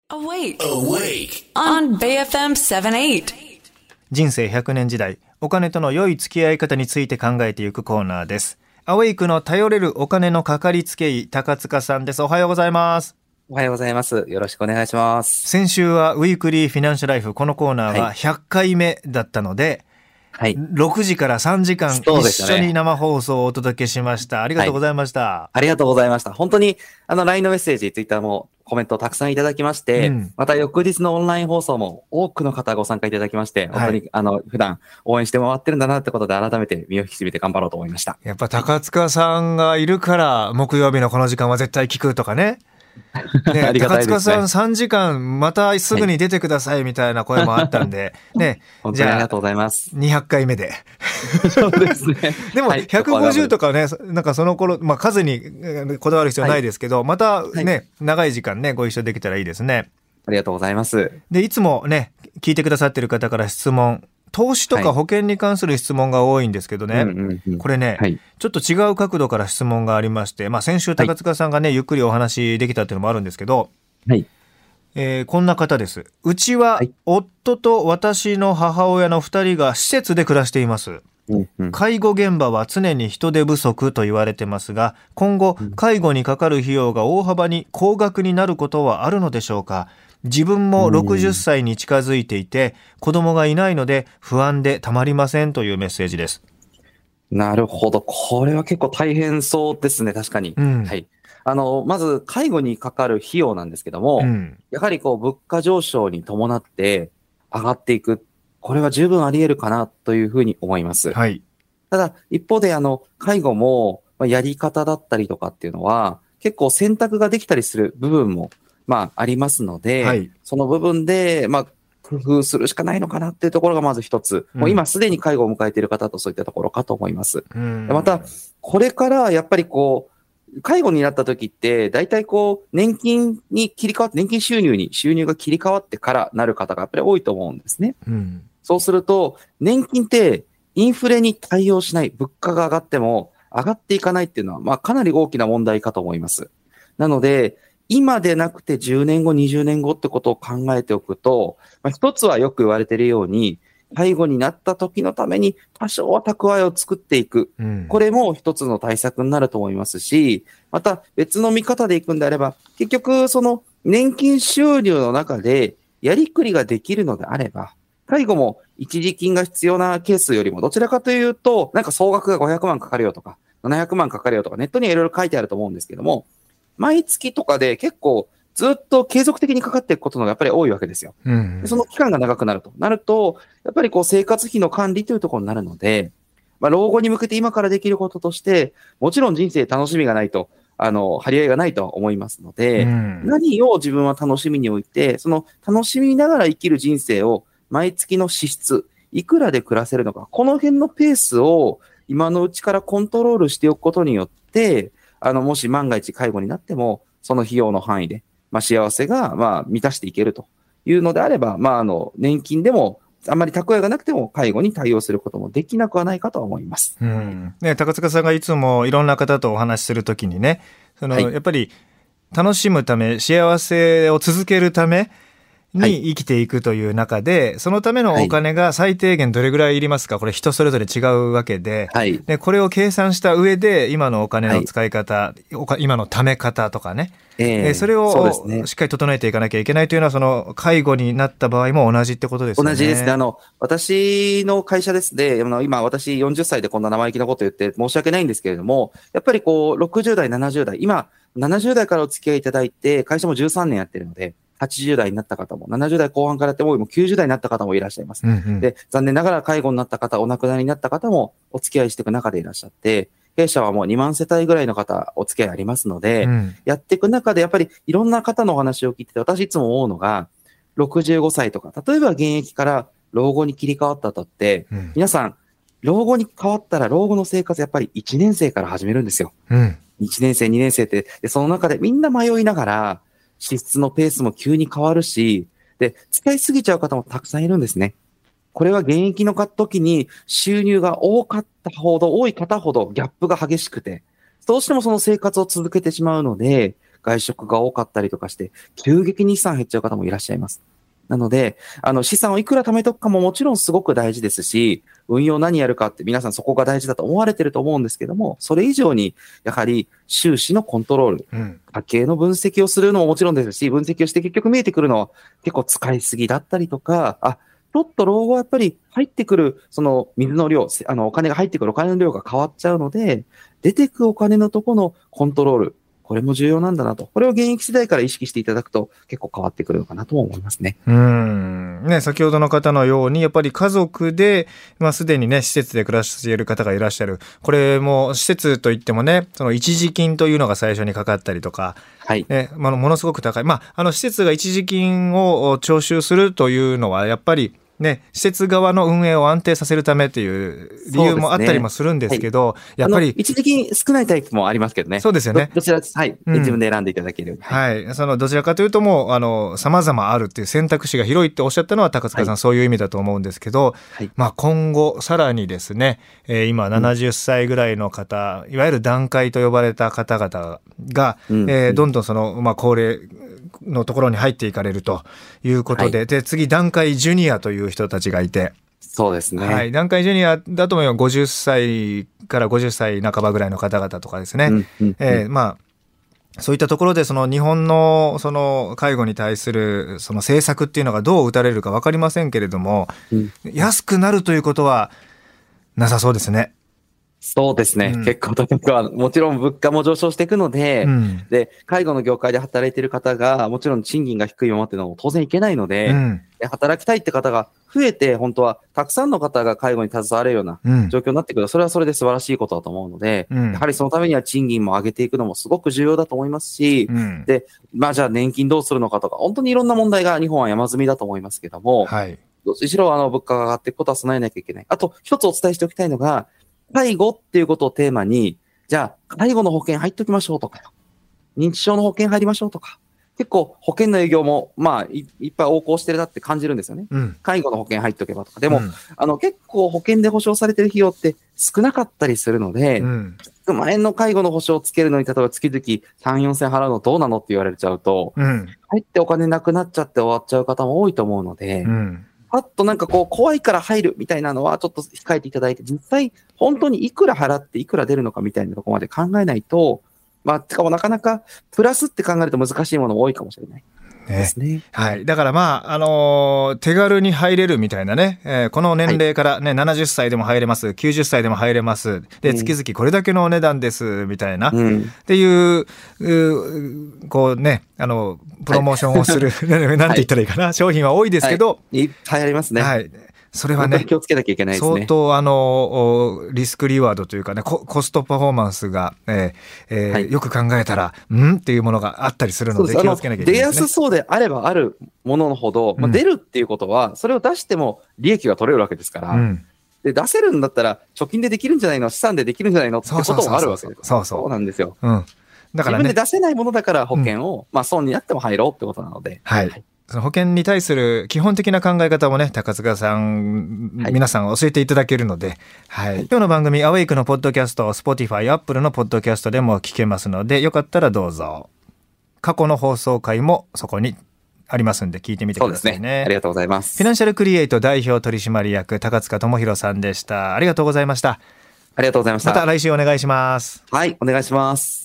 Awake. Awake. On BFM 78. 人生100年時代、お金との良い付き合い方について考えていくコーナーです。アウェイクの頼れるお金のかかりつけ医、高塚さんです。おはようございます。 おはようございます。よろしくお願いします。 先週はウィークリーフィナンシャルライフ、このコーナーは100回目だったので、 はい。 6時から3時間一緒に生放送をお届けしました。ありがとうございました。 ありがとうございました。本当に、LINE のメッセージ、Twitter もコメントをたくさんいただきまして、また翌日のオンライン放送も多くの方ご参加いただきまして、本当に、普段応援して回ってるんだなってことで改めて身を引き締めて頑張ろうと思いました。 やっぱ高塚さんがいるから木曜日のこの時間は絶対聞くとかね。ね、 ありがたいですね。 高塚さん3時間またすぐに出てくださいみたいな声もあったんで、ね、 本当にありがとうございます。 200回目で。 そうですね。 でも150とかね、なんかその頃、数にこだわる必要ないですけど、またね、長い時間ね、ご一緒できたらいいですね。 ありがとうございます。 で、いつもね、聞いてくださってる方から質問、投資とか保険に関する質問が多いんですけどね、これね、ちょっと違う角度から質問がありまして、先週高塚さんがね、ゆっくりお話できたっていうのもあるんですけど、こんな方です。うちは夫と私の母親の2人が施設で暮らしています。介護現場は常に人手不足と言われてますが、今後介護にかかる費用が大幅に高額になることはあるのでしょうか。自分も60歳に近づいていて、子供がいないので不安でたまりませんというメッセージです。 なるほど。これは結構大変そうですね。確かに。はい。まず介護にかかる費用なんですけども、やはり物価上昇に伴って上がっていく。これは十分あり得るかなというふうに思います。 はい。 ただ、一方で介護もやり方だったりとかっていうのは、結構選択ができたりする部分もありますので、その部分で、工夫するしかないのかなっていうところがまず一つ。もう今すでに介護を迎えている方とそういったところかと思います。また、これからやっぱり介護になった時って、大体年金に切り替わって、年金収入が切り替わってからなる方がやっぱり多いと思うんですね。そうすると、年金ってインフレに対応しない、物価が上がっても上がっていかないっていうのは、かなり大きな問題かと思います。なので、今でなくて10年後、20年後ってことを考えておくと、一つはよく言われているように、介護になった時のために多少は蓄えを作っていく。これも一つの対策になると思いますし、また別の見方でいくんであれば、結局その年金収入の中でやりくりができるのであれば、介護も一時金が必要なケースよりもどちらかというと、なんか総額が500万かかるよとか、700万かかるよとか、ネットにはいろいろ書いてあると思うんですけども、毎月とかで結構ずっと継続的にかかっていくことのがやっぱり多いわけですよ。その期間が長くなると。やっぱり生活費の管理というところになるので、老後に向けて今からできることとして、もちろん人生楽しみがないと、張り合いがないとは思いますので、何を自分は楽しみに置いて、その楽しみながら生きる人生を毎月の支出、いくらで暮らせるのか、この辺のペースを今のうちからコントロールしておくことによって、もし万が一介護になっても、その費用の範囲で、幸せが、満たしていけるというのであれば、年金でも、あんまり蓄えがなくても介護に対応することもできなくはないかと思います。 高塚さんがいつもいろんな方とお話しするときにね、やっぱり楽しむため、幸せを続けるために生きていくという中で、そのためのお金が最低限どれぐらいいりますか、これ人それぞれ違うわけで、でこれを計算した上で今のお金の使い方、今の貯め方とかね、それをしっかり整えていかなきゃいけないというのは、その介護になった場合も同じってことですよね。 同じですね。私の会社ですね、今私40歳でこんな生意気なこと言って申し訳ないんですけれども、やっぱり60代、70代、今70代からお付き合いいただいて、会社も13年やってるので、80代になった方も、70代後半からやっても90代になった方もいらっしゃいます。で、残念ながら介護になった方、お亡くなりになった方もお付き合いしていく中でいらっしゃって、弊社はもう2万世帯ぐらいの方、お付き合いありますので、やっていく中でやっぱりいろんな方のお話を聞いてて、私いつも思うのが、65歳とか、例えば現役から老後に切り替わった後って、皆さん、老後に変わったら老後の生活やっぱり1年生から始めるんですよ。1年生、2年生って、で、その中でみんな迷いながら、支出のペースも急に変わるし、で、使いすぎちゃう方もたくさんいるんですね。これは現役の時に収入が多い方ほどギャップが激しくて、どうしてもその生活を続けてしまうので、 外食が多かったりとかして、急激に資産減っちゃう方もいらっしゃいます。なので、資産をいくら貯めとくかももちろんすごく大事ですし、運用何やるかって皆さんそこが大事だと思われてると思うんですけども、それ以上に、やはり収支のコントロール、家計の分析をするのももちろんですし、分析をして結局見えてくるのは結構使いすぎだったりとか、ちょっと老後はやっぱり入ってくる、その水の量、お金が入ってくるお金の量が変わっちゃうので、出てくお金のとこのコントロール、これも重要なんだなと。これを現役世代から意識していただくと結構変わってくるのかなとも思いますね。 ね、先ほどの方のようにやっぱり家族で、すでにね施設で暮らしている方がいらっしゃる。これも施設といってもね、その一時金というのが最初にかかったりとか、ね、ものすごく高い。施設が一時金を徴収するというのはやっぱりね、施設側の運営を安定させるためっていう理由もあったりもするんですけど、やっぱり一時金少ないタイプもありますけどね。 そうですよね。 どちら、自分で選んでいただける。 そのどちらかというともう様々あるっていう選択肢が広いっておっしゃったのは高塚さん、そういう意味だと思うんですけど、今後さらにですね、今70歳ぐらいの方、いわゆる団塊と呼ばれた方々が、どんどんその高齢のところに入っていかれるということで、で次団塊ジュニアという人たちがいて、 そうですね、 団塊ジュニアだと50歳から50歳半ばぐらいの方々とかですね、そういったところでその日本のその介護に対するその政策っていうのがどう打たれるか分かりませんけれども、安くなるということはなさそうですね。 そうですね。結構高くは、もちろん物価も上昇していくので、で、介護の業界で働いている方が、もちろん賃金が低いままっていうのも当然いけないので、働きたいって方が増えて、本当はたくさんの方が介護に携われるような状況になってくると、それはそれで素晴らしいことだと思うので、やはりそのためには賃金も上げていくのもすごく重要だと思いますし、で、じゃあ年金どうするのかとか、本当にいろんな問題が日本は山積みだと思いますけども、どっちにしろ物価が上がっていくことは備えなきゃいけない。あと、一つお伝えしておきたいのが、介護っていうことをテーマに、じゃあ、介護の保険入っておきましょうとか、認知症の保険入りましょうとか、結構保険の営業も、いっぱい横行してるなって感じるんですよね。介護の保険入っておけばとか。でも、結構保険で保証されてる費用って少なかったりするので、100万円の介護の保証をつけるのに、例えば月々3、4千払うのどうなのって言われちゃうと、入ってお金なくなっちゃって終わっちゃう方も多いと思うので、パッとなんか怖いから入るみたいなのはちょっと控えていただいて、実際本当にいくら払っていくら出るのかみたいなところまで考えないと、しかもなかなかプラスって考えると難しいものも多いかもしれない。ですね。 だから手軽に入れるみたいなね、この年齢からね、70歳でも入れます、90歳でも入れます。で、月々これだけのお値段ですみたいな、っていう、こうね、プロモーションをする、なんて言ったらいいかな、商品は多いですけど、 いっぱいありますね。それはね、気をつけなきゃいけないですね。 相当リスクリワードというかね、コストパフォーマンスが、よく考えたらっていうものがあったりするので気をつけなきゃいけないですね。 出やすそうであればあるもののほど、出るっていうことはそれを出しても利益が取れるわけですから、で出せるんだったら貯金でできるんじゃないの、資産でできるんじゃないのってこともあるわけです。そうなんですよ。だからね、自分で出せないものだから保険を、損になっても入ろうってことなので。 その保険に対する基本的な考え方もね、高塚さん、皆さん教えていただけるので、今日の番組アウェイクのポッドキャスト、Spotify、Apple のポッドキャストでも聞けますので、よかったらどうぞ。過去の放送回もそこにありますんで聞いてみてくださいね。 そうですね。ありがとうございます。 フィナンシャルクリエイト代表取締役高塚智博さんでした。ありがとうございました。 ありがとうございました。 また来週お願いします。 はい、お願いします。